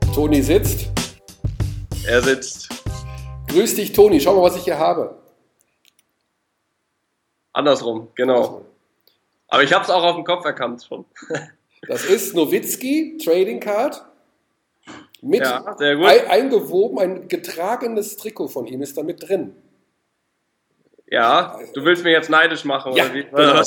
Toni sitzt. Er sitzt. Grüß dich, Toni. Schau mal, was ich hier habe. Andersrum, genau. Aber ich habe es auch auf dem Kopf erkannt schon. Das ist Nowitzki Trading Card mit Ja, sehr gut. eingewoben, ein getragenes Trikot von ihm ist da mit drin. Ja, du willst mich jetzt neidisch machen, Ja, oder wie? genau.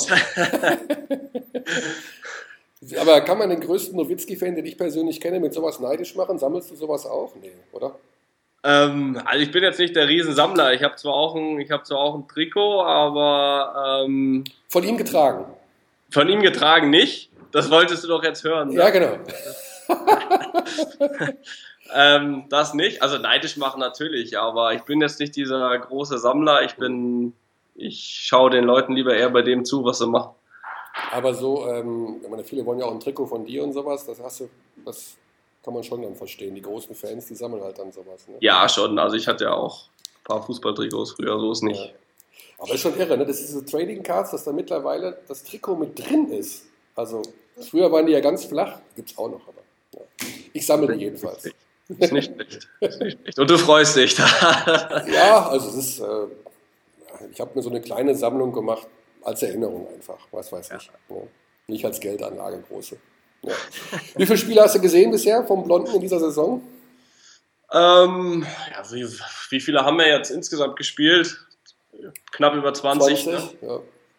Aber kann man den größten Nowitzki-Fan, den ich persönlich kenne, mit sowas neidisch machen? Sammelst du sowas auch? Nee, oder? Also ich bin jetzt nicht der Riesensammler. Ich habe zwar auch ein Trikot, aber Von ihm getragen. von ihm getragen nicht. Das wolltest du doch jetzt hören. Ne? Ja, genau. Das nicht. Also neidisch machen natürlich, aber ich bin jetzt nicht dieser große Sammler. Ich schaue den Leuten lieber eher bei dem zu, was sie machen. Aber so, ich meine, viele wollen ja auch ein Trikot von dir und sowas. Das kann man schon dann verstehen. Die großen Fans, die sammeln halt dann sowas. Ne? Ja, schon. Also ich hatte ja auch ein paar Fußballtrikots früher, so ist nicht. Ja. Aber ist schon irre, ne? Das ist diese Trading Cards, dass da mittlerweile das Trikot mit drin ist. Also früher waren die ja ganz flach, gibt's auch noch, aber ja. Ich sammle die jedenfalls. Ist nicht schlecht. Und du freust dich. Ja, also es ist, ich habe mir so eine kleine Sammlung gemacht, als Erinnerung einfach, was weiß ich. Ja. Nicht als Geldanlage große. Ja. Wie viele Spiele hast du gesehen bisher vom Blonden in dieser Saison? Ja, wie viele haben wir jetzt insgesamt gespielt? Knapp über 20. 20 Ne? ja.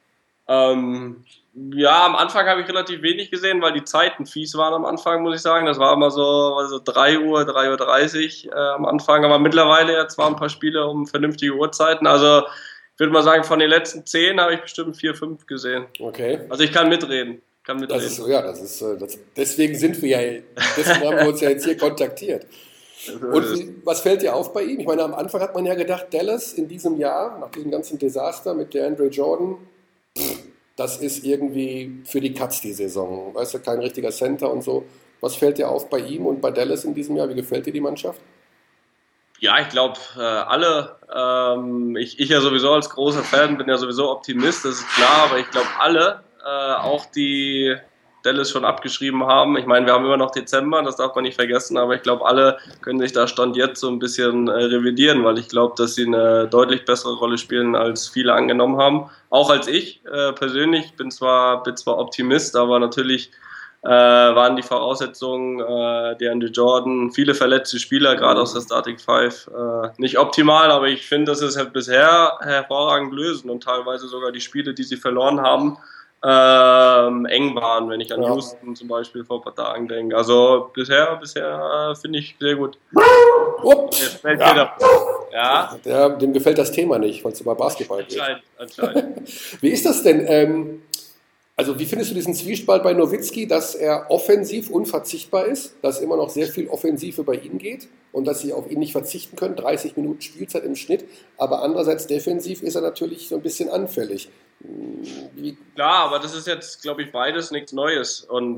Ja, am Anfang habe ich relativ wenig gesehen, weil die Zeiten fies waren am Anfang, muss ich sagen. Das war immer so 3 Uhr, 3:30 Uhr am Anfang. Aber mittlerweile jetzt waren ein paar Spiele um vernünftige Uhrzeiten. Also ich würde mal sagen, von den letzten 10 habe ich bestimmt 4, 5 gesehen. Okay. Also ich kann mitreden. Deswegen sind wir ja, deswegen haben wir uns ja jetzt hier kontaktiert. Und was fällt dir auf bei ihm? Ich meine, am Anfang hat man ja gedacht, Dallas in diesem Jahr, nach diesem ganzen Desaster mit DeAndre Jordan, das ist irgendwie für die Katz die Saison. Weißt du, kein richtiger Center und so. Was fällt dir auf bei ihm und bei Dallas in diesem Jahr? Wie gefällt dir die Mannschaft? Ja, ich glaube, alle, ich ja sowieso als großer Fan bin ja sowieso Optimist, das ist klar, aber ich glaube alle, auch die Dallas schon abgeschrieben haben. Ich meine, wir haben immer noch Dezember, das darf man nicht vergessen, aber ich glaube, alle können sich da Stand jetzt so ein bisschen revidieren, weil ich glaube, dass sie eine deutlich bessere Rolle spielen, als viele angenommen haben. Auch als ich persönlich, bin zwar Optimist, aber natürlich waren die Voraussetzungen, DeAndre Jordan, viele verletzte Spieler, gerade aus der Starting Five, nicht optimal, aber ich finde, dass es bisher hervorragend lösen und teilweise sogar die Spiele, die sie verloren haben, eng waren, wenn ich an Houston zum Beispiel vor ein paar Tagen denke. Also bisher finde ich sehr gut. Jetzt fällt jeder. Ja. Dem gefällt das Thema nicht, weil es über Basketball geht. Anscheinend. Wie ist das denn? Also wie findest du diesen Zwiespalt bei Nowitzki, dass er offensiv unverzichtbar ist, dass immer noch sehr viel Offensive bei ihm geht und dass sie auf ihn nicht verzichten können, 30 Minuten Spielzeit im Schnitt, aber andererseits defensiv ist er natürlich so ein bisschen anfällig. Klar, aber das ist jetzt, glaube ich, beides nichts Neues und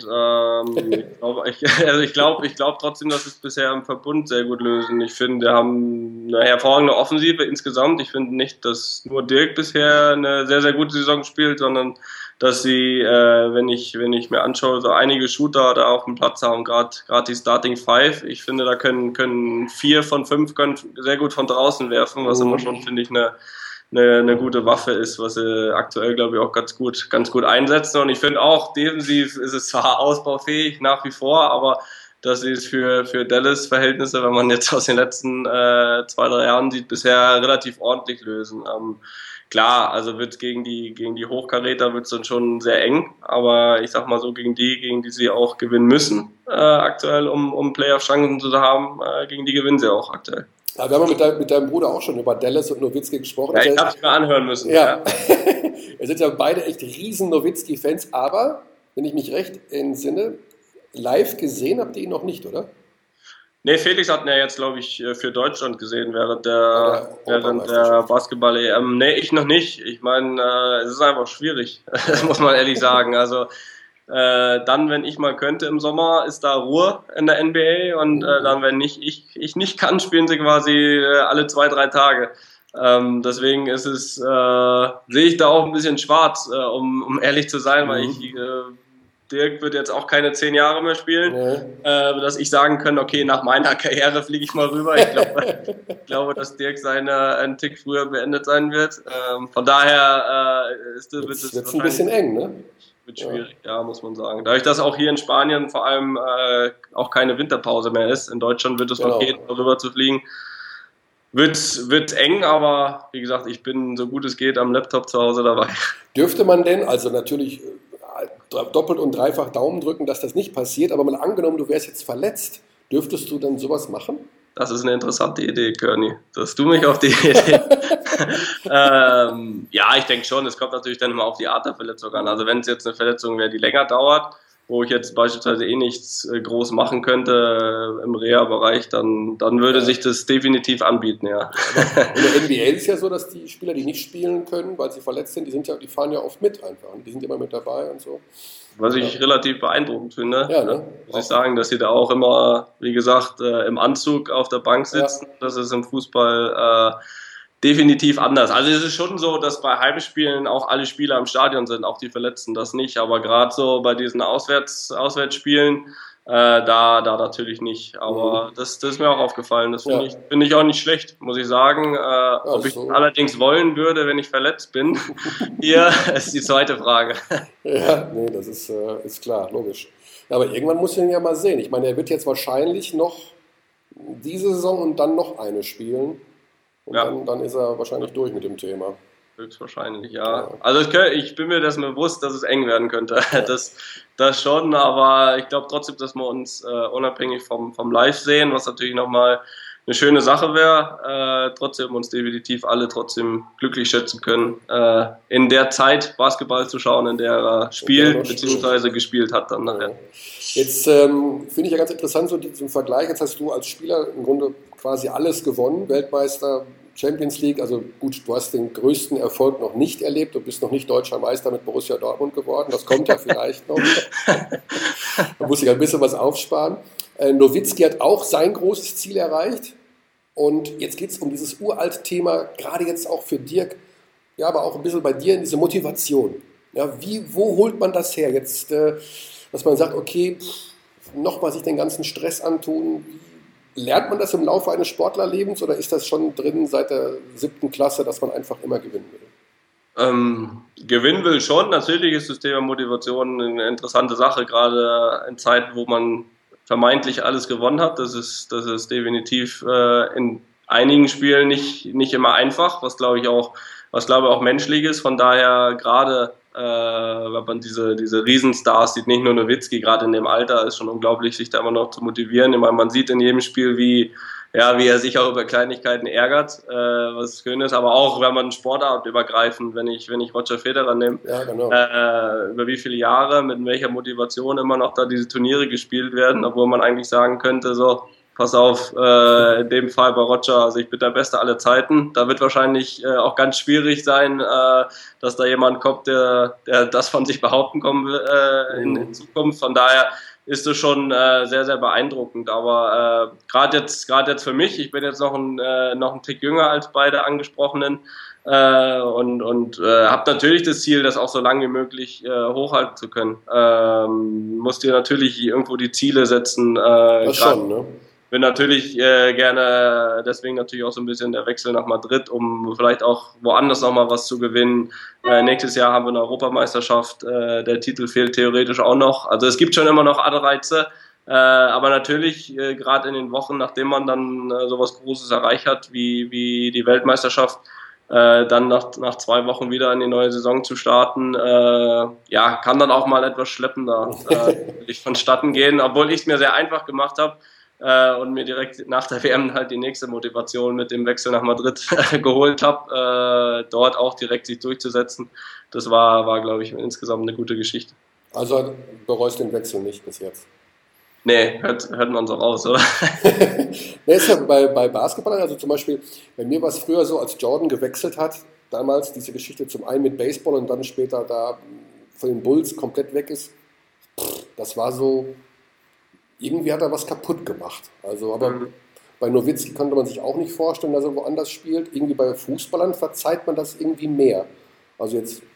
ich glaube trotzdem, dass es bisher im Verbund sehr gut lösen. Ich finde, wir haben eine hervorragende Offensive insgesamt. Ich finde nicht, dass nur Dirk bisher eine sehr, sehr gute Saison spielt, sondern dass sie, wenn ich mir anschaue, so einige Shooter da auf dem Platz haben, gerade die Starting Five. Ich finde, da können 4 von 5 sehr gut von draußen werfen, was immer schon, finde ich, eine gute Waffe ist, was sie aktuell, glaube ich, auch ganz gut einsetzen. Und ich finde auch, defensiv ist es zwar ausbaufähig nach wie vor, aber dass sie es für Dallas-Verhältnisse, wenn man jetzt aus den letzten 2-3 Jahren sieht, bisher relativ ordentlich lösen. Klar, also wird gegen die Hochkaräter wird es dann schon sehr eng, aber ich sag mal so, gegen die sie auch gewinnen müssen, aktuell, um Playoff-Chancen zu haben, gegen die gewinnen sie auch aktuell. Ja, wir haben mit deinem Bruder auch schon über Dallas und Nowitzki gesprochen. Ja, ich habe es mir anhören müssen. Ja. Wir sind ja beide echt riesen Nowitzki-Fans, aber, wenn ich mich recht entsinne, live gesehen habt ihr ihn noch nicht, oder? Nee, Felix hat ihn ja jetzt, glaube ich, für Deutschland gesehen während der Basketball-EM. Nee, ich noch nicht. Ich meine, es ist einfach schwierig, das muss man ehrlich sagen. Also dann, wenn ich mal könnte im Sommer, ist da Ruhe in der NBA und dann, wenn ich nicht kann, spielen sie quasi alle 2-3 Tage. Deswegen ist sehe ich da auch ein bisschen schwarz, um ehrlich zu sein, weil ich Dirk wird jetzt auch keine 10 Jahre mehr spielen, dass ich sagen kann, okay, nach meiner Karriere fliege ich mal rüber. Ich glaube, dass Dirk einen Tick früher beendet sein wird. Von daher wird es jetzt ein bisschen eng, ne? Wird schwierig, ja, muss man sagen. Dadurch, dass auch hier in Spanien vor allem auch keine Winterpause mehr ist, in Deutschland wird es noch gehen, rüber zu fliegen. Wird eng, aber wie gesagt, ich bin so gut es geht am Laptop zu Hause dabei. Dürfte man denn, also natürlich doppelt und dreifach Daumen drücken, dass das nicht passiert, aber mal angenommen, du wärst jetzt verletzt, dürftest du dann sowas machen? Das ist eine interessante Idee, Körny, dass du mich auf die Idee... ja, ich denke schon, es kommt natürlich dann immer auf die Art der Verletzung an. Also wenn es jetzt eine Verletzung wäre, die länger dauert, wo ich jetzt beispielsweise nichts groß machen könnte im Reha-Bereich, dann würde sich das definitiv anbieten, ja. In der NBA ist es ja so, dass die Spieler, die nicht spielen können, weil sie verletzt sind, die fahren ja oft mit einfach. Die sind immer mit dabei und so. Was ich relativ beeindruckend finde, muss ich sagen, dass sie da auch immer, wie gesagt, im Anzug auf der Bank sitzen. Ja. Das ist im Fußball definitiv anders. Also es ist schon so, dass bei Heimspielen auch alle Spieler im Stadion sind, auch die Verletzten, das nicht. Aber gerade so bei diesen Auswärtsspielen, da natürlich nicht. Aber das ist mir auch aufgefallen. Das finde ich auch nicht schlecht, muss ich sagen. Ob ich allerdings wollen würde, wenn ich verletzt bin, hier ist die zweite Frage. Ja, nee, das ist klar, logisch. Aber irgendwann muss ich ihn ja mal sehen. Ich meine, er wird jetzt wahrscheinlich noch diese Saison und dann noch eine spielen. Und dann ist er wahrscheinlich durch mit dem Thema. Höchstwahrscheinlich, ja. Also ich bin mir dessen bewusst, dass es eng werden könnte. Ja. Das schon, aber ich glaube trotzdem, dass wir uns unabhängig vom Live sehen, was natürlich nochmal eine schöne Sache wäre, trotzdem uns definitiv alle trotzdem glücklich schätzen können, in der Zeit Basketball zu schauen, in der er spielt bzw. gespielt hat dann nachher. Jetzt finde ich ja ganz interessant so diesen Vergleich. Jetzt hast du als Spieler im Grunde quasi alles gewonnen, Weltmeister, Champions League. Also gut, du hast den größten Erfolg noch nicht erlebt. Du bist noch nicht deutscher Meister mit Borussia Dortmund geworden. Das kommt ja vielleicht noch. Da muss ich ein bisschen was aufsparen. Nowitzki hat auch sein großes Ziel erreicht. Und jetzt geht es um dieses uralte Thema, gerade jetzt auch für Dirk, ja, aber auch ein bisschen bei dir, in diese Motivation. Ja, wo holt man das her? Jetzt, dass man sagt, okay, nochmal sich den ganzen Stress antun. Lernt man das im Laufe eines Sportlerlebens oder ist das schon drin seit der 7. Klasse, dass man einfach immer gewinnen will? Gewinnen will schon. Natürlich ist das Thema Motivation eine interessante Sache, gerade in Zeiten, wo man vermeintlich alles gewonnen hat. Das ist definitiv in einigen Spielen nicht immer einfach, was glaube ich auch menschlich ist. Von daher gerade wenn man diese Riesenstars sieht, nicht nur Nowitzki, gerade in dem Alter, ist schon unglaublich, sich da immer noch zu motivieren. Ich meine, man sieht in jedem Spiel, wie er sich auch über Kleinigkeiten ärgert, was schön ist, aber auch, wenn man Sportart übergreifend, wenn ich Roger Federer nehme, über wie viele Jahre, mit welcher Motivation immer noch da diese Turniere gespielt werden, obwohl man eigentlich sagen könnte, so, pass auf, in dem Fall bei Roger, also ich bin der Beste aller Zeiten. Da wird wahrscheinlich auch ganz schwierig sein, dass da jemand kommt, der das von sich behaupten kommen will in Zukunft. Von daher ist es schon sehr, sehr beeindruckend. Aber gerade jetzt für mich, ich bin jetzt noch ein Tick jünger als beide Angesprochenen, und habe natürlich das Ziel, das auch so lange wie möglich hochhalten zu können. Musst dir natürlich irgendwo die Ziele setzen. Das schon, ne? Bin natürlich gerne, deswegen natürlich auch so ein bisschen der Wechsel nach Madrid, um vielleicht auch woanders nochmal was zu gewinnen. Nächstes Jahr haben wir eine Europameisterschaft, der Titel fehlt theoretisch auch noch. Also es gibt schon immer noch Anreize, aber natürlich gerade in den Wochen, nachdem man dann sowas Großes erreicht hat, wie die Weltmeisterschaft, dann nach 2 Wochen wieder in die neue Saison zu starten, kann dann auch mal etwas schleppender vonstatten gehen, obwohl ich es mir sehr einfach gemacht habe. Und mir direkt nach der WM halt die nächste Motivation mit dem Wechsel nach Madrid geholt habe, dort auch direkt sich durchzusetzen. Das war glaube ich, insgesamt eine gute Geschichte. Also bereust den Wechsel nicht bis jetzt? Nee, hört man so raus, oder? Nee, ist ja bei Basketballern, also zum Beispiel, bei mir war es früher so, als Jordan gewechselt hat, damals diese Geschichte zum einen mit Baseball und dann später da von den Bulls komplett weg ist, das war so... Irgendwie hat er was kaputt gemacht. Also, aber bei Nowitzki konnte man sich auch nicht vorstellen, dass er woanders spielt. Irgendwie bei Fußballern verzeiht man das irgendwie mehr. Also jetzt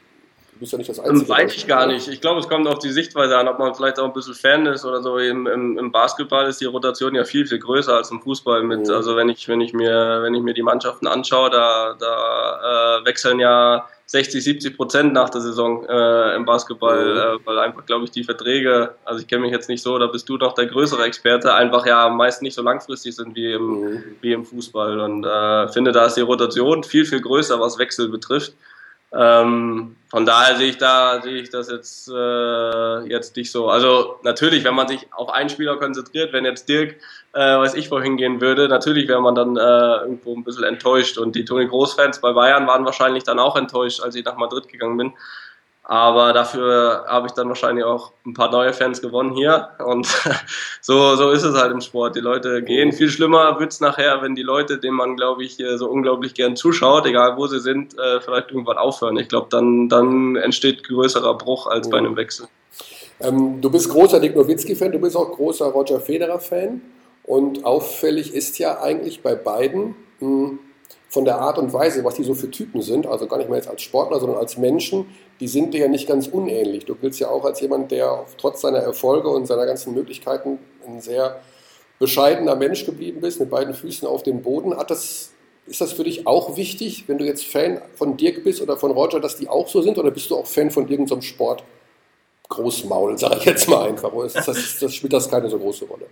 Du bist ja nicht das Einzige. Weiß ich gar nicht. Ich glaube, es kommt auf die Sichtweise an, ob man vielleicht auch ein bisschen Fan ist oder so. Im Basketball ist die Rotation ja viel, viel größer als im Fußball. Also wenn ich mir die Mannschaften anschaue, da wechseln ja 60-70% nach der Saison im Basketball, weil einfach, glaube ich, die Verträge, also ich kenne mich jetzt nicht so, da bist du noch der größere Experte, einfach ja meist nicht so langfristig sind wie im Fußball. Und finde, da ist die Rotation viel, viel größer, was Wechsel betrifft. Von daher sehe ich das jetzt nicht so. Also natürlich, wenn man sich auf einen Spieler konzentriert, wenn jetzt Dirk, weiß ich, wohin gehen würde, natürlich wäre man dann irgendwo ein bisschen enttäuscht. Und die Toni Kroos-Fans bei Bayern waren wahrscheinlich dann auch enttäuscht, als ich nach Madrid gegangen bin. Aber dafür habe ich dann wahrscheinlich auch ein paar neue Fans gewonnen hier. Und so ist es halt im Sport. Die Leute gehen. Viel schlimmer wird's nachher, wenn die Leute, denen man, glaube ich, so unglaublich gern zuschaut, egal wo sie sind, vielleicht irgendwann aufhören. Ich glaube, dann entsteht größerer Bruch als bei einem Wechsel. Du bist großer Dirk Nowitzki-Fan, du bist auch großer Roger Federer-Fan. Und auffällig ist ja eigentlich bei beiden von der Art und Weise, was die so für Typen sind, also gar nicht mehr jetzt als Sportler, sondern als Menschen, die sind dir ja nicht ganz unähnlich. Du giltst ja auch als jemand, der trotz seiner Erfolge und seiner ganzen Möglichkeiten ein sehr bescheidener Mensch geblieben bist, mit beiden Füßen auf dem Boden. Ist das für dich auch wichtig, wenn du jetzt Fan von Dirk bist oder von Roger, dass die auch so sind? Oder bist du auch Fan von irgendeinem Sport? Großmaul, sage ich jetzt mal einfach. Das spielt das keine so große Rolle?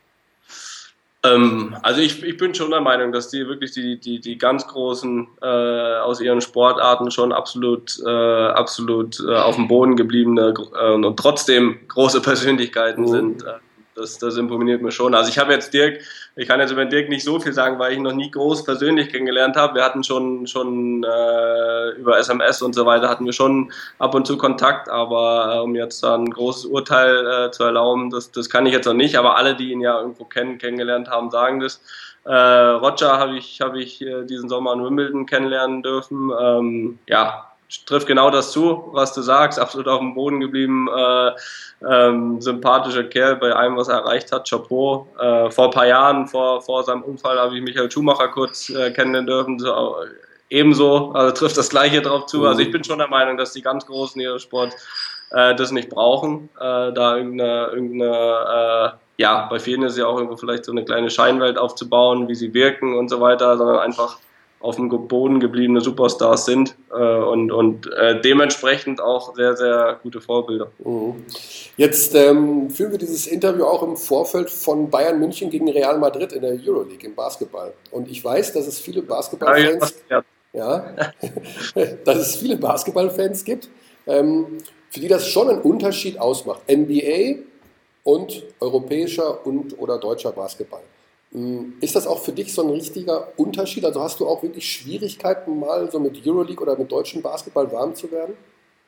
Also ich bin schon der Meinung, dass die wirklich die ganz Großen aus ihren Sportarten schon absolut auf dem Boden gebliebene und trotzdem große Persönlichkeiten sind. Das imponiert mir schon. Also ich kann jetzt über Dirk nicht so viel sagen, weil ich ihn noch nie groß persönlich kennengelernt habe. Wir hatten schon über SMS und so weiter hatten wir schon ab und zu Kontakt, aber um jetzt da ein großes Urteil zu erlauben, das kann ich jetzt noch nicht. Aber alle, die ihn ja irgendwo kennengelernt haben, sagen das. Roger habe ich diesen Sommer in Wimbledon kennenlernen dürfen. Trifft genau das zu, was du sagst, absolut auf dem Boden geblieben, sympathischer Kerl bei allem, was er erreicht hat, Chapeau. Vor ein paar Jahren, vor seinem Unfall, habe ich Michael Schumacher kurz kennenlernen dürfen, ebenso, also trifft das Gleiche drauf zu. Also ich bin schon der Meinung, dass die ganz Großen ihres Sport das nicht brauchen, da bei vielen ist es ja auch irgendwo vielleicht so eine kleine Scheinwelt aufzubauen, wie sie wirken und so weiter, sondern einfach auf dem Boden gebliebene Superstars sind und dementsprechend auch sehr, sehr gute Vorbilder. Jetzt führen wir dieses Interview auch im Vorfeld von Bayern München gegen Real Madrid in der Euroleague im Basketball. Und ich weiß, dass es viele Basketballfans dass es viele Basketballfans gibt, für die das schon einen Unterschied ausmacht. NBA und europäischer oder deutscher Basketball. Ist das auch für dich so ein richtiger Unterschied? Also hast du auch wirklich Schwierigkeiten, mal so mit Euroleague oder mit deutschem Basketball warm zu werden?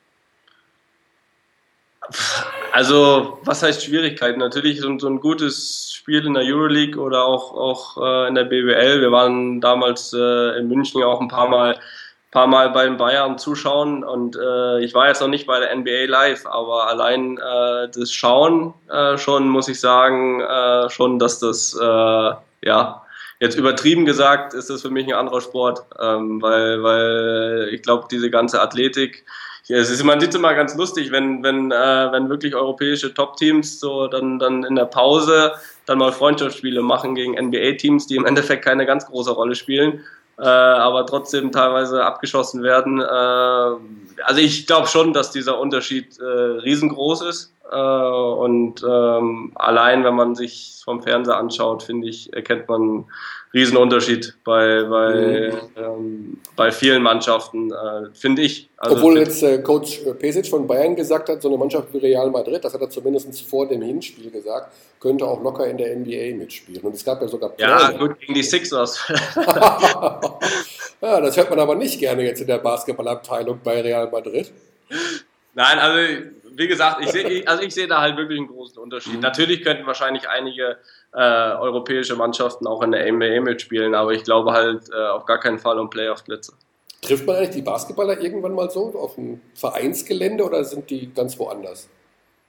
Also, was heißt Schwierigkeiten? Natürlich so ein gutes Spiel in der Euroleague oder auch in der BWL. Wir waren damals in München auch ein paar Mal bei den Bayern zuschauen und ich war jetzt noch nicht bei der NBA live, aber allein das Schauen schon, muss ich sagen, schon, dass das jetzt übertrieben gesagt ist das für mich ein anderer Sport, weil ich glaube, diese ganze Athletik, man sieht es immer ganz lustig, wenn wirklich europäische Top-Teams so dann in der Pause dann mal Freundschaftsspiele machen gegen NBA-Teams, die im Endeffekt keine ganz große Rolle spielen, aber trotzdem teilweise abgeschossen werden. Also ich glaube schon, dass dieser Unterschied riesengroß ist. Und allein, wenn man sich vom Fernseher anschaut, finde ich, erkennt man einen Riesenunterschied bei vielen Mannschaften, finde ich. Also obwohl jetzt Coach Pesic von Bayern gesagt hat, so eine Mannschaft wie Real Madrid, das hat er zumindest vor dem Hinspiel gesagt, könnte auch locker in der NBA mitspielen. Und es gab ja sogar Pläne. Ja, gut, gegen die Sixers. Ja, das hört man aber nicht gerne jetzt in der Basketballabteilung bei Real Madrid. Nein, also wie gesagt, ich sehe da halt wirklich einen großen Unterschied. Natürlich könnten wahrscheinlich einige europäische Mannschaften auch in der NBA mitspielen, aber ich glaube halt auf gar keinen Fall um Playoff-Plätze. Trifft man eigentlich die Basketballer irgendwann mal so auf dem Vereinsgelände oder sind die ganz woanders?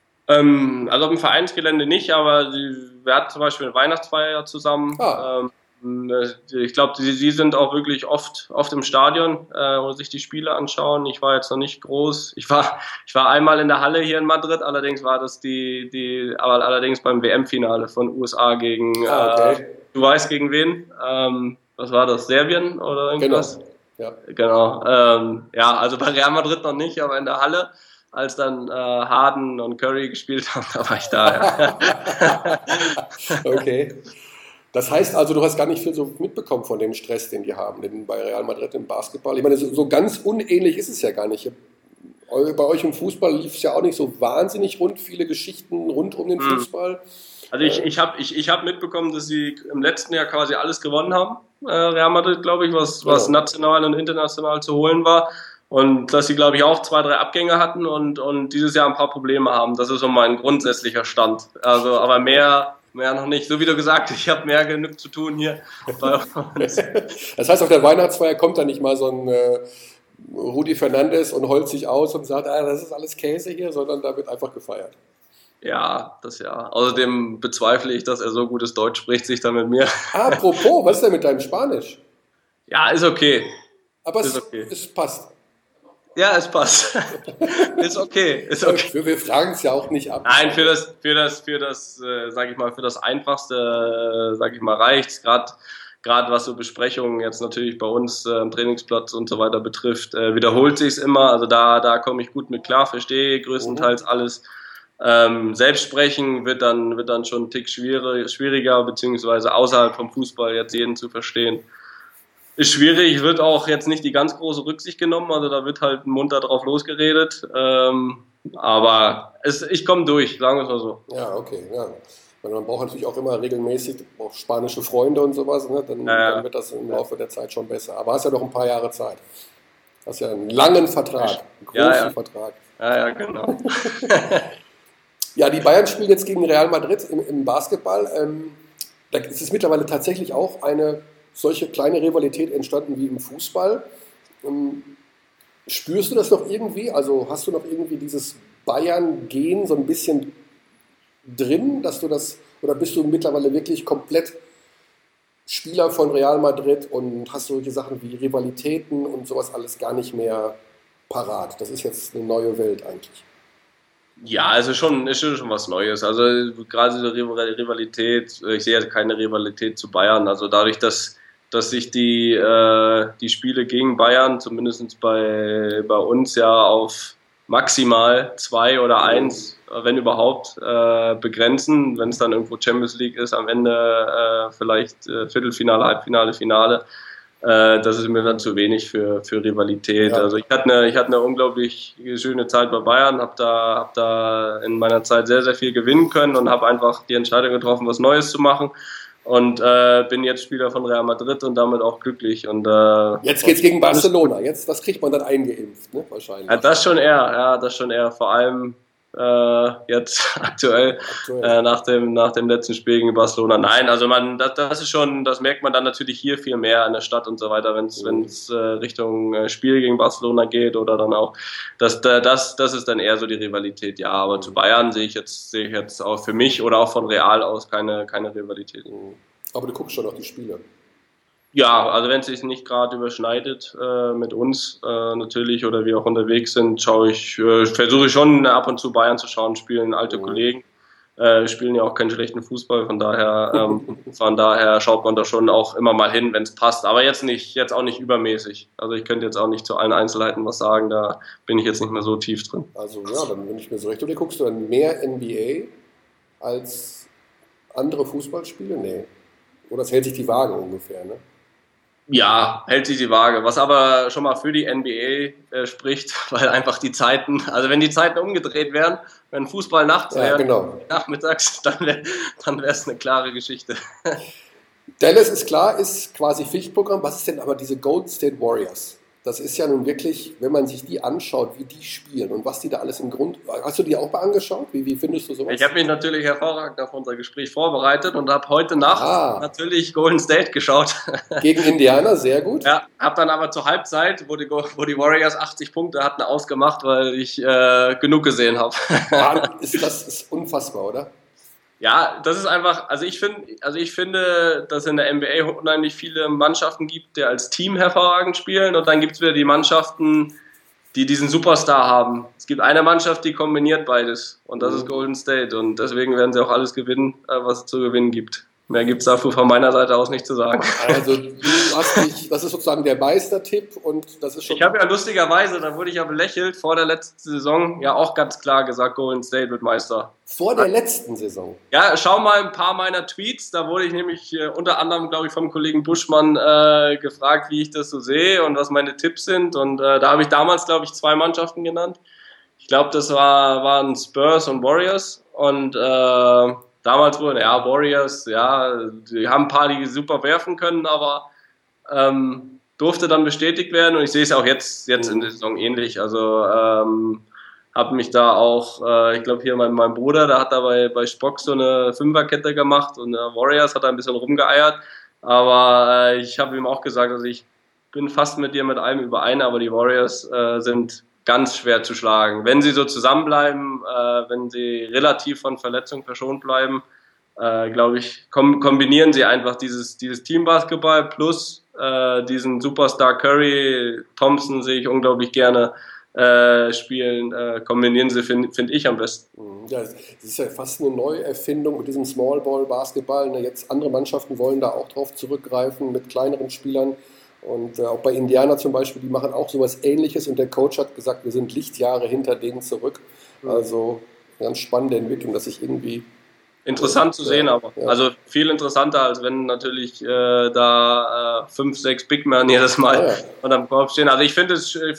Also auf dem Vereinsgelände nicht, aber wir hatten zum Beispiel eine Weihnachtsfeier zusammen. Ich glaube, sie sind auch wirklich oft im Stadion und sich die Spiele anschauen. Ich war jetzt noch nicht groß. Ich war einmal in der Halle hier in Madrid, allerdings war das aber allerdings beim WM-Finale von USA gegen, du weißt gegen wen? Was war das? Serbien oder irgendwas? Genau. Also bei Real Madrid noch nicht, aber in der Halle, als dann Harden und Curry gespielt haben, da war ich da. Ja. Okay. Das heißt also, du hast gar nicht viel so mitbekommen von dem Stress, den die haben, bei Real Madrid im Basketball. Ich meine, so ganz unähnlich ist es ja gar nicht. Bei euch im Fußball lief es ja auch nicht so wahnsinnig rund, viele Geschichten rund um den Fußball. Also ich hab mitbekommen, dass sie im letzten Jahr quasi alles gewonnen haben, Real Madrid, glaube ich, was national und international zu holen war. Und dass sie, glaube ich, auch 2, 3 Abgänge hatten und dieses Jahr ein paar Probleme haben. Das ist so mein grundsätzlicher Stand. Also, aber mehr noch nicht. So wie du gesagt hast, ich habe mehr genug zu tun hier bei uns. Das heißt, auf der Weihnachtsfeier kommt da nicht mal so ein Rudi Fernandes und heult sich aus und sagt, das ist alles Käse hier, sondern da wird einfach gefeiert. Ja, das ja. Außerdem bezweifle ich, dass er so gutes Deutsch spricht, sich dann mit mir. Apropos, was ist denn mit deinem Spanisch? Ja, ist okay. Aber es passt. Ja, es passt. Ist okay. Wir fragen es ja auch nicht ab. Nein, für das, sag ich mal, für das Einfachste, sag ich mal, reicht's. Gerade was so Besprechungen jetzt natürlich bei uns am Trainingsplatz und so weiter betrifft, wiederholt sich's immer. Also da komme ich gut mit klar, verstehe größtenteils alles. Selbst sprechen wird dann schon ein Tick schwieriger, beziehungsweise außerhalb vom Fußball jetzt jeden zu verstehen. Ist schwierig, wird auch jetzt nicht die ganz große Rücksicht genommen, also da wird halt munter drauf losgeredet, aber ich komme durch, sagen wir es mal so. Ja, okay, ja. Man braucht natürlich auch immer regelmäßig auch spanische Freunde und sowas, ne? Dann wird das im Laufe der Zeit schon besser. Aber hast ja noch ein paar Jahre Zeit. Hast ja einen langen Vertrag, einen großen Vertrag. Ja, genau. Ja, die Bayern spielen jetzt gegen Real Madrid im Basketball. Da ist es mittlerweile tatsächlich auch eine solche kleine Rivalität entstanden wie im Fußball. Spürst du das noch irgendwie? Also hast du noch irgendwie dieses Bayern-Gen so ein bisschen drin, dass du das, oder bist du mittlerweile wirklich komplett Spieler von Real Madrid und hast solche Sachen wie Rivalitäten und sowas alles gar nicht mehr parat? Das ist jetzt eine neue Welt eigentlich. Ja, also ist schon was Neues. Also gerade die Rivalität, ich sehe ja keine Rivalität zu Bayern. Also dadurch, dass sich die Spiele gegen Bayern, zumindest bei uns ja auf maximal 2 oder 1, wenn überhaupt, begrenzen. Wenn es dann irgendwo Champions League ist, am Ende vielleicht Viertelfinale, Halbfinale, Finale. Das ist mir dann zu wenig für Rivalität. Ja. Also ich hatte eine unglaublich schöne Zeit bei Bayern, hab da in meiner Zeit sehr, sehr viel gewinnen können und habe einfach die Entscheidung getroffen, was Neues zu machen. Und bin jetzt Spieler von Real Madrid und damit auch glücklich. Und jetzt geht's gegen Barcelona. Das kriegt man dann eingeimpft, ne? Wahrscheinlich. Ja, das schon eher. Vor allem jetzt aktuell. Nach dem letzten Spiel gegen Barcelona. Nein, also das ist schon, das merkt man dann natürlich hier viel mehr in der Stadt und so weiter, wenn es Richtung Spiel gegen Barcelona geht oder dann auch, das ist dann eher so die Rivalität, ja, aber zu Bayern sehe ich jetzt auch für mich oder auch von Real aus keine Rivalität. Aber du guckst schon auf die Spiele. Ja, also wenn es sich nicht gerade überschneidet mit uns natürlich oder wir auch unterwegs sind, versuche ich schon ab und zu Bayern zu schauen, spielen alte Kollegen, spielen ja auch keinen schlechten Fußball, von daher schaut man da schon auch immer mal hin, wenn es passt, aber jetzt auch nicht übermäßig. Also ich könnte jetzt auch nicht zu allen Einzelheiten was sagen, da bin ich jetzt nicht mehr so tief drin. Also ja, dann bin ich mir so recht. Oder guckst du dann mehr NBA als andere Fußballspiele? Nee. Oder es hält sich die Waage ungefähr, ne? Ja, hält sich die Waage, was aber schon mal für die NBA spricht, weil einfach die Zeiten, also wenn die Zeiten umgedreht wären, wenn Fußball nachts wäre, nachmittags, dann wäre es eine klare Geschichte. Dallas ist klar, ist quasi Pflichtprogramm. Was ist denn aber diese Golden State Warriors? Das ist ja nun wirklich, wenn man sich die anschaut, wie die spielen und was die da alles im Grund... Hast du die auch mal angeschaut? Wie findest du sowas? Ich habe mich natürlich hervorragend auf unser Gespräch vorbereitet und habe heute Nacht natürlich Golden State geschaut. Gegen Indiana, sehr gut. Ja, habe dann aber zur Halbzeit, wo die Warriors 80 Punkte hatten, ausgemacht, weil ich genug gesehen habe. Das ist unfassbar, oder? Ja, das ist einfach, also ich finde, dass es in der NBA unheimlich viele Mannschaften gibt, die als Team hervorragend spielen, und dann gibt es wieder die Mannschaften, die diesen Superstar haben. Es gibt eine Mannschaft, die kombiniert beides, und das ist Golden State, und deswegen werden sie auch alles gewinnen, was es zu gewinnen gibt. Mehr gibt es dafür von meiner Seite aus nicht zu sagen. Also das ist sozusagen der Meistertipp, und das ist schon... Ich habe ja lustigerweise, da wurde ich ja belächelt, vor der letzten Saison ja auch ganz klar gesagt, Golden State wird Meister. Vor der letzten Saison? Ja, schau mal ein paar meiner Tweets, da wurde ich nämlich unter anderem, glaube ich, vom Kollegen Buschmann gefragt, wie ich das so sehe und was meine Tipps sind, und da habe ich damals, glaube ich, 2 Mannschaften genannt. Ich glaube, das waren Spurs und Warriors, und damals wurden, ja, Warriors, ja, die haben ein paar, die super werfen können, aber durfte dann bestätigt werden, und ich sehe es auch jetzt in der Saison ähnlich. Also habe mich da auch, ich glaube hier mein Bruder, der hat da bei Spock so eine Fünferkette gemacht, und Warriors hat da ein bisschen rumgeeiert, aber ich habe ihm auch gesagt, also ich bin fast mit dir mit allem überein, aber die Warriors sind ganz schwer zu schlagen. Wenn sie so zusammenbleiben, wenn sie relativ von Verletzungen verschont bleiben, glaube ich, kombinieren sie einfach dieses Teambasketball plus diesen Superstar Curry, Thompson sehe ich unglaublich gerne spielen, kombinieren sie, finde ich, am besten. Ja, das ist ja fast eine Neuerfindung mit diesem Small Ball Basketball. Jetzt andere Mannschaften wollen da auch drauf zurückgreifen mit kleineren Spielern. Und auch bei Indiana zum Beispiel, die machen auch sowas Ähnliches, und der Coach hat gesagt, wir sind Lichtjahre hinter denen zurück. Also ganz spannende Entwicklung, dass sich irgendwie... Interessant zu sehen, aber. Ja. Also viel interessanter, als wenn natürlich da 5, 6 Big Men jedes Mal unterm Korb stehen. Also ich finde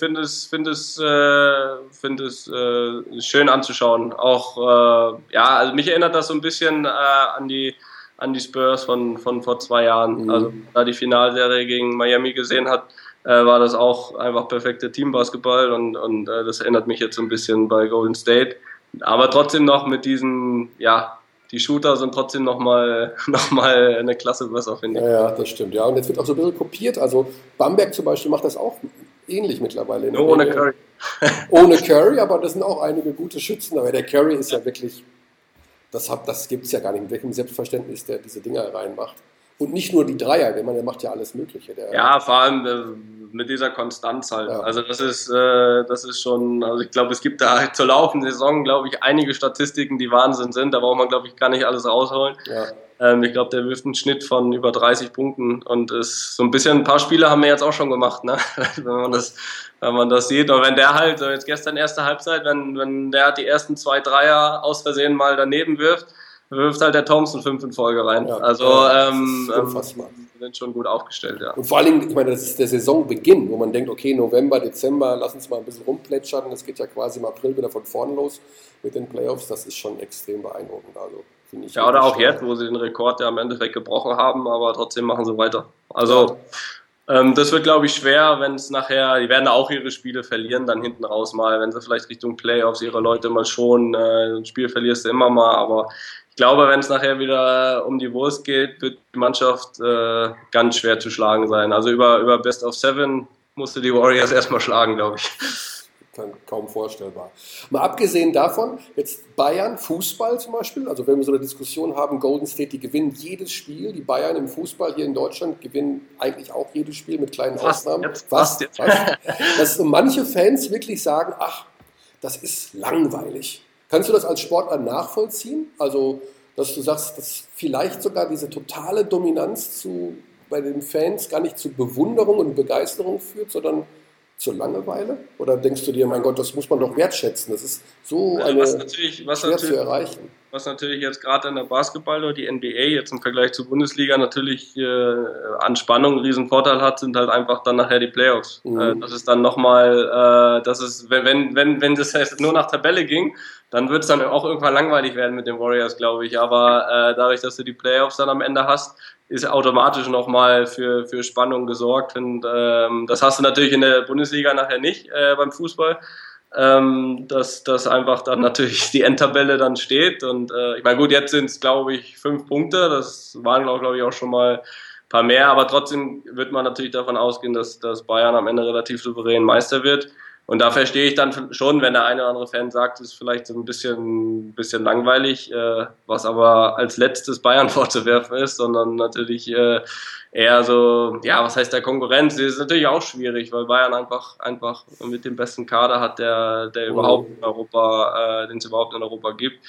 es schön anzuschauen. Auch, also mich erinnert das so ein bisschen an die Spurs von vor 2 Jahren. Also da die Finalserie gegen Miami gesehen hat, war das auch einfach perfekte Teambasketball, und das erinnert mich jetzt so ein bisschen bei Golden State. Aber trotzdem noch mit diesen, die Shooter sind trotzdem noch mal eine Klasse besser, finde ich. Ja, das stimmt. Ja, und jetzt wird auch so ein bisschen kopiert. Also Bamberg zum Beispiel macht das auch ähnlich mittlerweile. Nur ohne Curry. Ohne Curry, aber das sind auch einige gute Schützen. Aber der Curry ist ja wirklich, das gibt es ja gar nicht, mit welchem Selbstverständnis der diese Dinger reinmacht. Und nicht nur die Dreier, der macht ja alles Mögliche. Vor allem mit dieser Konstanz halt. Ja. Also das ist schon, also ich glaube, es gibt da zur laufenden Saison, glaube ich, einige Statistiken, die Wahnsinn sind. Da braucht man, glaube ich, gar nicht alles rausholen. Ja. Ich glaube, der wirft einen Schnitt von über 30 Punkten, und ist so ein paar Spiele haben wir jetzt auch schon gemacht, ne? wenn man das sieht. Und wenn der halt, jetzt gestern erste Halbzeit, wenn der die ersten 2 Dreier aus Versehen mal daneben wirft halt der Thompson 5 in Folge rein. Ja, also sind schon gut aufgestellt, ja. Und vor allen Dingen, ich meine, das ist der Saisonbeginn, wo man denkt, okay, November, Dezember, lass uns mal ein bisschen rumplätschern. Das geht ja quasi im April wieder von vorn los mit den Playoffs. Das ist schon extrem beeindruckend. Also, finde ich. Ja, oder auch jetzt, wo sie den Rekord ja am Endeffekt gebrochen haben, aber trotzdem machen sie weiter. Also das wird, glaube ich, schwer, wenn es nachher, die werden auch ihre Spiele verlieren, dann hinten raus mal, wenn sie vielleicht Richtung Playoffs ihre Leute mal schonen. Ein Spiel verlierst du immer mal, aber ich glaube, wenn es nachher wieder um die Wurst geht, wird die Mannschaft ganz schwer zu schlagen sein. Also über Best of 7 musste die Warriors erstmal schlagen, glaube ich. Kaum vorstellbar. Mal abgesehen davon, jetzt Bayern, Fußball zum Beispiel, also wenn wir so eine Diskussion haben, Golden State, die gewinnen jedes Spiel, die Bayern im Fußball hier in Deutschland gewinnen eigentlich auch jedes Spiel mit kleinen Ausnahmen. Fast. Dass so manche Fans wirklich sagen, ach, das ist langweilig. Kannst du das als Sportler nachvollziehen? Also, dass du sagst, dass vielleicht sogar diese totale Dominanz bei den Fans gar nicht zu Bewunderung und Begeisterung führt, sondern zur Langeweile? Oder denkst du dir, mein Gott, das muss man doch wertschätzen? Das ist so schwer zu erreichen. Was natürlich jetzt gerade in der Basketball oder die NBA jetzt im Vergleich zur Bundesliga natürlich an Spannung einen riesen Vorteil hat, sind halt einfach dann nachher die Playoffs. Das ist dann nochmal, wenn das jetzt nur nach Tabelle ging, dann wird es dann auch irgendwann langweilig werden mit den Warriors, glaube ich. Aber dadurch, dass du die Playoffs dann am Ende hast, ist automatisch nochmal für Spannung gesorgt. Und das hast du natürlich in der Bundesliga nachher nicht beim Fußball. Dass einfach dann natürlich die Endtabelle dann steht. Und ich meine, gut, jetzt sind es, glaube ich, 5 Punkte. Das waren, glaube ich, auch schon mal ein paar mehr. Aber trotzdem wird man natürlich davon ausgehen, dass Bayern am Ende relativ souverän Meister wird. Und da verstehe ich dann schon, wenn der eine oder andere Fan sagt, ist vielleicht so ein bisschen langweilig, was aber als letztes Bayern vorzuwerfen ist, sondern natürlich eher so, ja, was heißt der Konkurrenz? Das ist natürlich auch schwierig, weil Bayern einfach mit dem besten Kader hat, der überhaupt in Europa, den es überhaupt in Europa gibt.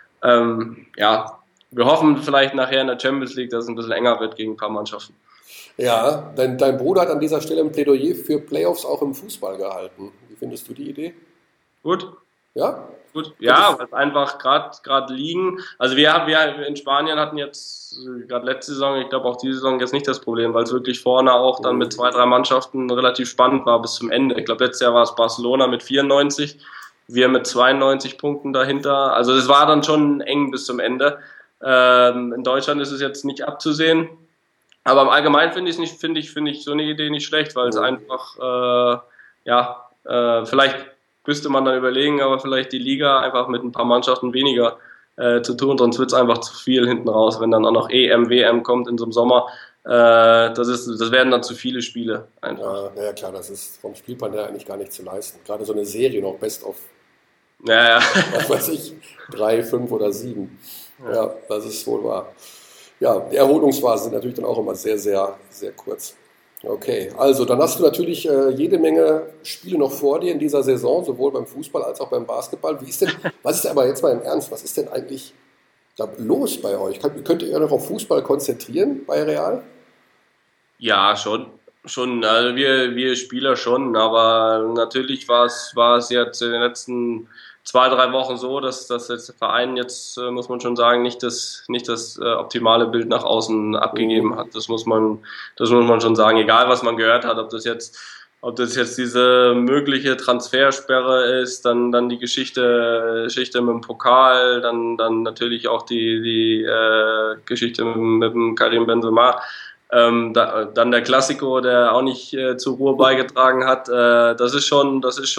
Ja, wir hoffen vielleicht nachher in der Champions League, dass es ein bisschen enger wird gegen ein paar Mannschaften. Ja, dein Bruder hat an dieser Stelle ein Plädoyer für Playoffs auch im Fußball gehalten. Wie findest du die Idee? Gut. Ja? Gut. Ja, weil es einfach gerade liegen. Also wir in Spanien hatten jetzt gerade letzte Saison, ich glaube auch diese Saison jetzt nicht das Problem, weil es wirklich vorne auch dann mit 2, 3 Mannschaften relativ spannend war bis zum Ende. Ich glaube, letztes Jahr war es Barcelona mit 94, wir mit 92 Punkten dahinter. Also es war dann schon eng bis zum Ende. In Deutschland ist es jetzt nicht abzusehen. Aber im Allgemeinen finde ich so eine Idee nicht schlecht, weil es einfach, vielleicht müsste man dann überlegen, aber vielleicht die Liga einfach mit ein paar Mannschaften weniger zu tun, sonst wird es einfach zu viel hinten raus, wenn dann auch noch EM, WM kommt in so einem Sommer. Das werden dann zu viele Spiele einfach. Ja, klar, das ist vom Spielplan her eigentlich gar nicht zu leisten. Gerade so eine Serie noch best of, ja. was weiß ich, 3, 5 oder 7. Ja, das ist wohl wahr. Ja, die Erholungsphasen sind natürlich dann auch immer sehr, sehr, sehr kurz. Okay, also dann hast du natürlich jede Menge Spiele noch vor dir in dieser Saison, sowohl beim Fußball als auch beim Basketball. Was ist denn aber jetzt mal im Ernst, was ist denn eigentlich los bei euch? Könnt ihr euch noch auf Fußball konzentrieren bei Real? Ja, schon. Also wir Spieler schon, aber natürlich war es jetzt in den letzten 2, 3 Wochen so, dass der Verein jetzt, muss man schon sagen, nicht das optimale Bild nach außen abgegeben hat. Das muss man schon sagen, egal was man gehört hat, ob das jetzt diese mögliche Transfersperre ist, dann die Geschichte mit dem Pokal, dann natürlich auch die Geschichte mit dem Karim Benzema. Dann der Klassiko, der auch nicht zur Ruhe beigetragen hat. Das ist schon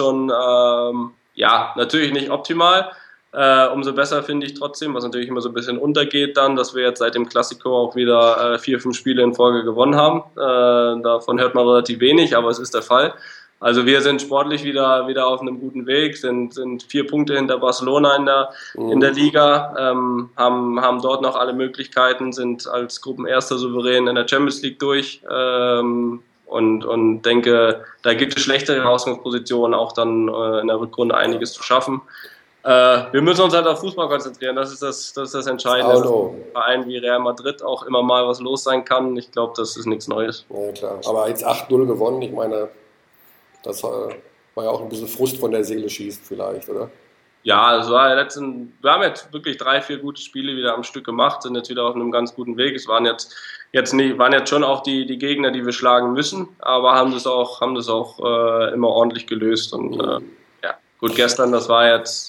natürlich nicht optimal. Umso besser finde ich trotzdem, was natürlich immer so ein bisschen untergeht dann, dass wir jetzt seit dem Klassiko auch wieder 4, 5 Spiele in Folge gewonnen haben. Davon hört man relativ wenig, aber es ist der Fall. Also wir sind sportlich wieder auf einem guten Weg, sind 4 Punkte hinter Barcelona in der Liga, haben dort noch alle Möglichkeiten, sind als Gruppenerster souverän in der Champions League durch. Und denke, da gibt es schlechtere Ausgangspositionen, auch dann in der Rückrunde einiges zu schaffen. Wir müssen uns halt auf Fußball konzentrieren, das ist das Entscheidende. Dass ein Verein wie Real Madrid auch immer mal was los sein kann. Ich glaube, das ist nichts Neues. Ja, klar. Aber jetzt 8-0 gewonnen, ich meine, das war ja auch ein bisschen Frust von der Seele schießt vielleicht, oder? Ja, wir haben jetzt wirklich 3, 4 gute Spiele wieder am Stück gemacht, sind jetzt wieder auf einem ganz guten Weg. Es waren jetzt schon auch die Gegner, die wir schlagen müssen, aber haben das auch immer ordentlich gelöst. Und gut, gestern, das war jetzt,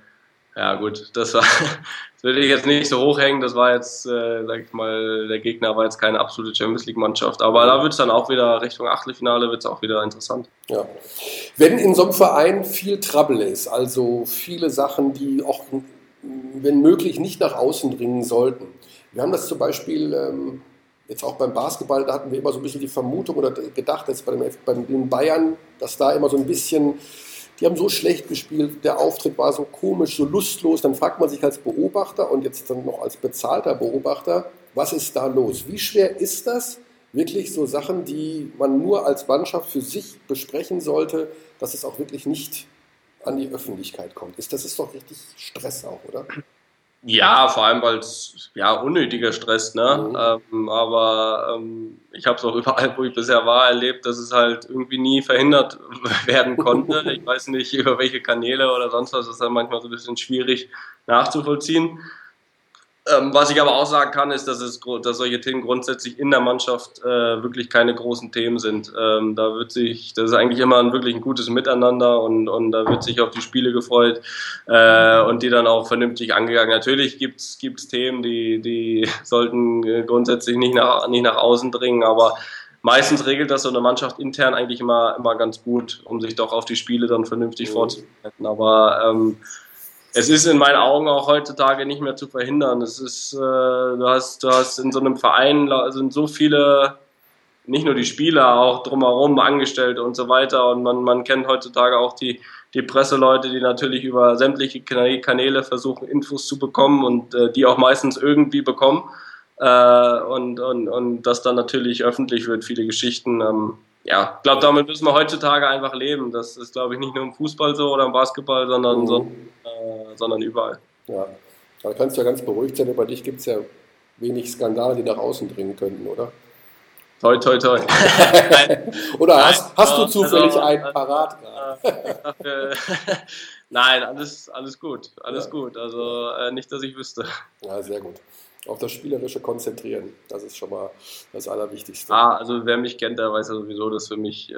das will ich jetzt nicht so hochhängen, das war jetzt, sag ich mal, der Gegner war jetzt keine absolute Champions League Mannschaft, aber da wird es dann auch wieder Richtung Achtelfinale, wird es auch wieder interessant. Ja. Wenn in so einem Verein viel Trouble ist, also viele Sachen, die auch, wenn möglich, nicht nach außen dringen sollten. Wir haben das zum Beispiel jetzt auch beim Basketball, da hatten wir immer so ein bisschen die Vermutung oder gedacht, dass bei den Bayern, dass da immer so ein bisschen, die haben so schlecht gespielt, der Auftritt war so komisch, so lustlos, dann fragt man sich als Beobachter und jetzt dann noch als bezahlter Beobachter, was ist da los? Wie schwer ist das, wirklich so Sachen, die man nur als Mannschaft für sich besprechen sollte, dass es auch wirklich nicht an die Öffentlichkeit kommt? Das ist doch richtig Stress auch, oder? Ja, vor allem, weil es unnötiger Stress, ne? Aber ich habe es auch überall, wo ich bisher war, erlebt, dass es halt irgendwie nie verhindert werden konnte. Ich weiß nicht, über welche Kanäle oder sonst was, das ist dann manchmal so ein bisschen schwierig nachzuvollziehen. Was ich aber auch sagen kann, ist, dass solche Themen grundsätzlich in der Mannschaft wirklich keine großen Themen sind. Das ist eigentlich immer wirklich ein gutes Miteinander und da wird sich auf die Spiele gefreut und die dann auch vernünftig angegangen. Natürlich gibt's Themen, die sollten grundsätzlich nicht nach außen dringen, aber meistens regelt das so eine Mannschaft intern eigentlich immer ganz gut, um sich doch auf die Spiele dann vernünftig vorzubereiten. Aber es ist in meinen Augen auch heutzutage nicht mehr zu verhindern. Es ist, du hast in so einem Verein sind so viele nicht nur die Spieler, auch drumherum, Angestellte und so weiter. Und man kennt heutzutage auch die Presseleute, die natürlich über sämtliche Kanäle versuchen, Infos zu bekommen und die auch meistens irgendwie bekommen. Und das dann natürlich öffentlich wird, viele Geschichten. Ja, ich glaube, damit müssen wir heutzutage einfach leben. Das ist, glaube ich, nicht nur im Fußball so oder im Basketball, sondern überall. Ja, da kannst du ja ganz beruhigt sein. Bei dich gibt es ja wenig Skandale, die nach außen dringen könnten, oder? Toi, toi, toi. Oder hast du zufällig einen parat gerade? Nein, alles gut. Alles gut. Also nicht, dass ich wüsste. Ja, sehr gut. Auf das Spielerische konzentrieren, das ist schon mal das Allerwichtigste. Also wer mich kennt, der weiß ja sowieso, dass für mich, ich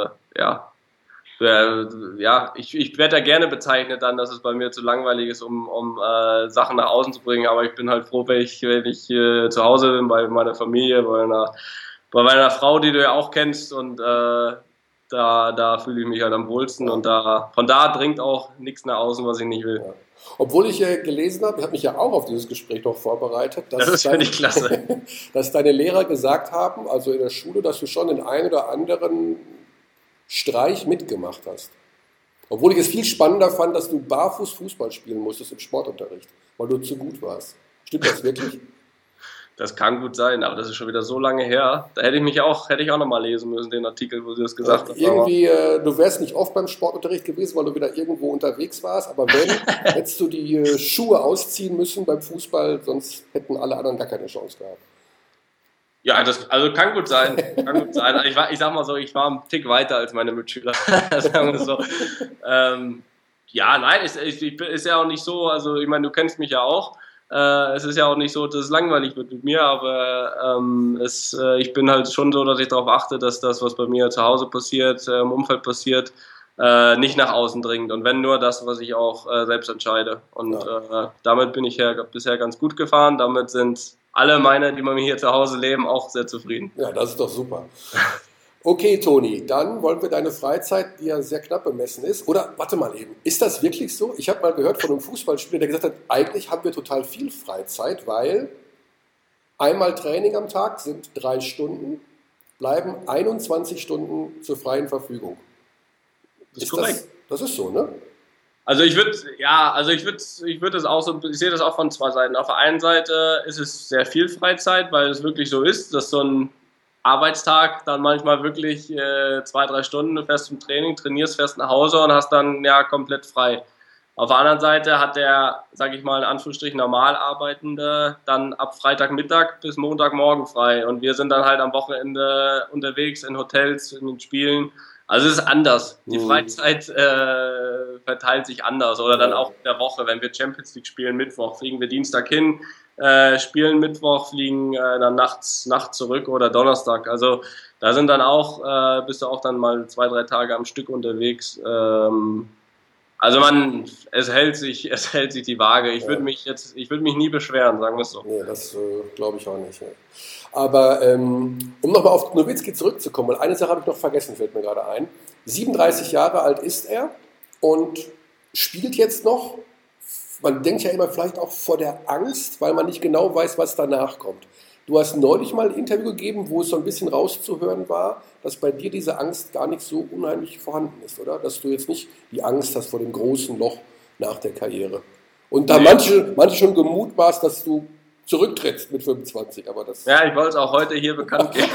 werde da gerne bezeichnet dann, dass es bei mir zu langweilig ist, um Sachen nach außen zu bringen, aber ich bin halt froh, wenn ich zu Hause bin, bei meiner Familie, bei meiner Frau, die du ja auch kennst, und da fühle ich mich halt am wohlsten, und von da dringt auch nichts nach außen, was ich nicht will. Ja. Obwohl ich gelesen habe, ich habe mich ja auch auf dieses Gespräch noch vorbereitet, das finde ich klasse. Dass deine Lehrer gesagt haben, also in der Schule, dass du schon den einen oder anderen Streich mitgemacht hast. Obwohl ich es viel spannender fand, dass du barfuß Fußball spielen musstest im Sportunterricht, weil du zu gut warst. Stimmt das wirklich? Das kann gut sein, aber das ist schon wieder so lange her. Da hätte ich auch nochmal lesen müssen, den Artikel, wo sie das gesagt haben. Irgendwie, du wärst nicht oft beim Sportunterricht gewesen, weil du wieder irgendwo unterwegs warst, aber wenn, hättest du die Schuhe ausziehen müssen beim Fußball, sonst hätten alle anderen gar keine Chance gehabt. Ja, also kann gut sein. Also ich sag mal so, ich war einen Tick weiter als meine Mitschüler. Sagen wir so. Ist ja auch nicht so, also ich meine, du kennst mich ja auch. Es ist ja auch nicht so, dass es langweilig wird mit mir, aber ich bin halt schon so, dass ich darauf achte, dass das, was bei mir zu Hause passiert, im Umfeld passiert, nicht nach außen dringt. Und wenn nur das, was ich auch selbst entscheide. Und damit bin ich bisher ganz gut gefahren. Damit sind alle meine, die bei mir hier zu Hause leben, auch sehr zufrieden. Ja, das ist doch super. Okay, Toni, dann wollen wir deine Freizeit, die ja sehr knapp bemessen ist. Oder, warte mal eben, ist das wirklich so? Ich habe mal gehört von einem Fußballspieler, der gesagt hat, eigentlich haben wir total viel Freizeit, weil einmal Training am Tag sind 3 Stunden, bleiben 21 Stunden zur freien Verfügung. Das ist korrekt. Das ist so, ne? Also ich würde das auch so, ich sehe das auch von 2 Seiten. Auf der einen Seite ist es sehr viel Freizeit, weil es wirklich so ist, dass so ein Arbeitstag dann manchmal wirklich 2-3 Stunden, du fährst zum Training, trainierst, fährst nach Hause und hast dann komplett frei. Auf der anderen Seite hat der, sage ich mal in Anführungsstrichen, normal Arbeitende dann ab Freitagmittag bis Montagmorgen frei, und wir sind dann halt am Wochenende unterwegs in Hotels, in den Spielen. Also es ist anders. Die Freizeit verteilt sich anders. Oder dann auch in der Woche, wenn wir Champions League spielen, Mittwoch, fliegen wir Dienstag hin, spielen Mittwoch, fliegen dann nachts zurück oder Donnerstag. Also da sind dann auch, bist du auch dann mal 2-3 Tage am Stück unterwegs. Also es hält sich die Waage. Ich würde mich nie beschweren, sagen wir es so. Nee, das glaube ich auch nicht. Ja. Aber um nochmal auf Nowitzki zurückzukommen, weil eine Sache habe ich noch vergessen, fällt mir gerade ein. 37 Jahre alt ist er und spielt jetzt noch. Man denkt ja immer vielleicht auch vor der Angst, weil man nicht genau weiß, was danach kommt. Du hast neulich mal ein Interview gegeben, wo es so ein bisschen rauszuhören war, dass bei dir diese Angst gar nicht so unheimlich vorhanden ist, oder? Dass du jetzt nicht die Angst hast vor dem großen Loch nach der Karriere. Und da manche schon gemutmaßt, dass du zurücktrittst mit 25, aber das... Ja, ich wollte es auch heute hier bekannt geben.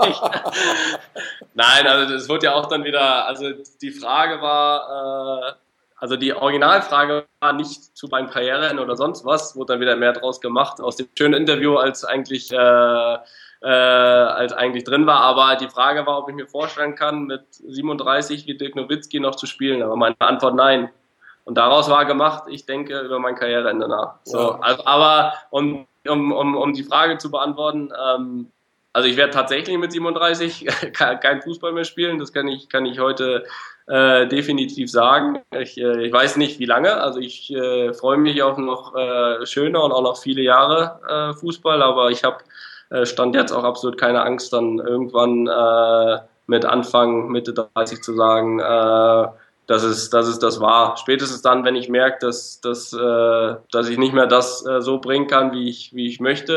Nein, also das wird ja auch dann wieder, also die Frage war... Also die Originalfrage war nicht zu meinem Karriereende oder sonst was, wurde dann wieder mehr draus gemacht aus dem schönen Interview, als eigentlich drin war. Aber die Frage war, ob ich mir vorstellen kann, mit 37 wie Dirk Nowitzki noch zu spielen. Aber meine Antwort nein. Und daraus war gemacht, ich denke über mein Karriereende nach. So, ja. Also, aber um die Frage zu beantworten, also ich werde tatsächlich mit 37 kein Fußball mehr spielen. Das kann ich heute definitiv sagen. Ich weiß nicht, wie lange. Also ich freue mich auf noch schöne und auch noch viele Jahre Fußball, aber ich habe Stand jetzt auch absolut keine Angst, dann irgendwann mit Anfang, Mitte 30 zu sagen, dass es das war. Spätestens dann, wenn ich merke, dass ich nicht mehr das so bringen kann, wie ich möchte.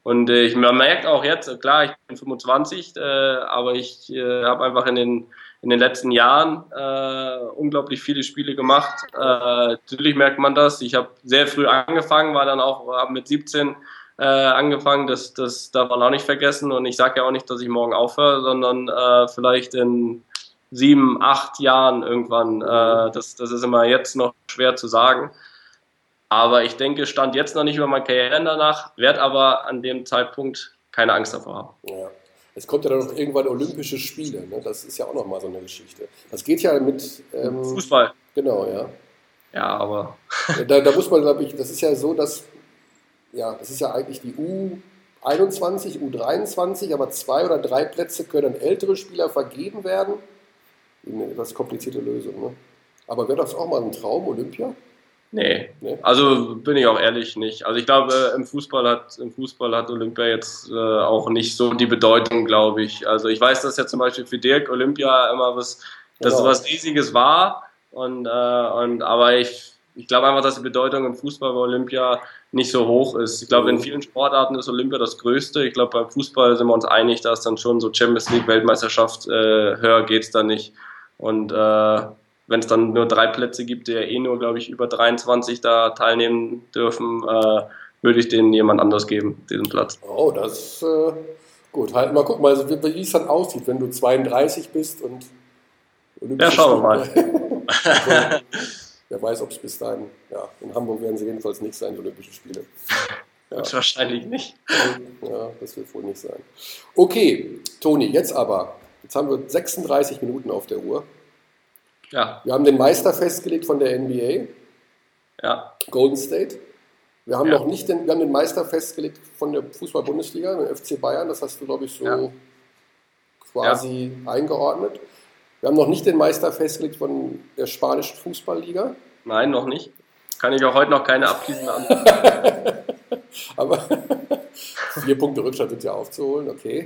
Und man merkt auch jetzt, klar, ich bin 25, aber ich habe einfach in den letzten Jahren unglaublich viele Spiele gemacht. Natürlich merkt man das. Ich habe sehr früh angefangen, war dann auch mit 17 angefangen. Das darf man auch nicht vergessen. Und ich sage ja auch nicht, dass ich morgen aufhöre, sondern vielleicht in 7, 8 Jahren irgendwann. Das ist immer jetzt noch schwer zu sagen. Aber ich denke, stand jetzt noch nicht über meine Karriere danach, werde aber an dem Zeitpunkt keine Angst davor haben. Ja. Es kommt ja dann noch irgendwann Olympische Spiele, ne? Das ist ja auch nochmal so eine Geschichte. Das geht ja mit Fußball. Genau, ja. Ja, aber da muss man, glaube ich, das ist ja so, dass das ist ja eigentlich die U21, U23, aber 2 oder 3 Plätze können an ältere Spieler vergeben werden. Eine etwas komplizierte Lösung, ne? Aber wäre das auch mal ein Traum, Olympia? Nee, also bin ich auch ehrlich nicht. Also ich glaube, im Fußball hat Olympia jetzt auch nicht so die Bedeutung, glaube ich. Also ich weiß, dass ja zum Beispiel für Dirk Olympia immer was Riesiges war. Aber ich glaube einfach, dass die Bedeutung im Fußball bei Olympia nicht so hoch ist. Ich glaube, in vielen Sportarten ist Olympia das Größte. Ich glaube, beim Fußball sind wir uns einig, da ist dann schon so Champions League, Weltmeisterschaft, höher geht's da nicht. Und wenn es dann nur 3 Plätze gibt, die ja nur, glaube ich, über 23 da teilnehmen dürfen, würde ich denen jemand anders geben, diesen Platz. Oh, das ist gut. Halt mal gucken, also, wie es dann aussieht, wenn du 32 bist und Olympische schauen wir mal. Wer weiß, ob es bis dahin, in Hamburg werden sie jedenfalls nicht sein, die Olympischen Spiele. Ja. Wahrscheinlich nicht. Ja, das wird wohl nicht sein. Okay, Toni, jetzt haben wir 36 Minuten auf der Uhr. Ja. Wir haben den Meister festgelegt von der NBA. Ja. Golden State. Wir haben den Meister festgelegt von der Fußball-Bundesliga, dem FC Bayern. Das hast du, glaube ich, so quasi eingeordnet. Wir haben noch nicht den Meister festgelegt von der spanischen Fußballliga. Nein, noch nicht. Kann ich auch heute noch keine abschließende Antwort. Aber 4 Punkte Rückstand sind ja aufzuholen, okay.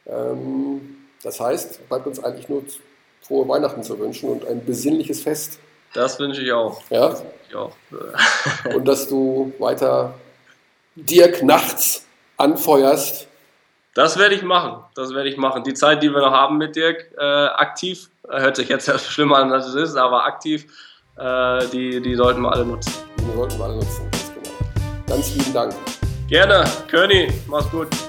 Das heißt, bleibt uns eigentlich nur frohe Weihnachten zu wünschen und ein besinnliches Fest. Das wünsche ich auch. Ja? Ich auch. Und dass du weiter Dirk nachts anfeuerst. Das werde ich machen. Die Zeit, die wir noch haben mit Dirk, aktiv, hört sich jetzt schlimmer an, als es ist, aber aktiv, die sollten wir alle nutzen. Ganz genau. Ganz lieben Dank. Gerne. König, mach's gut.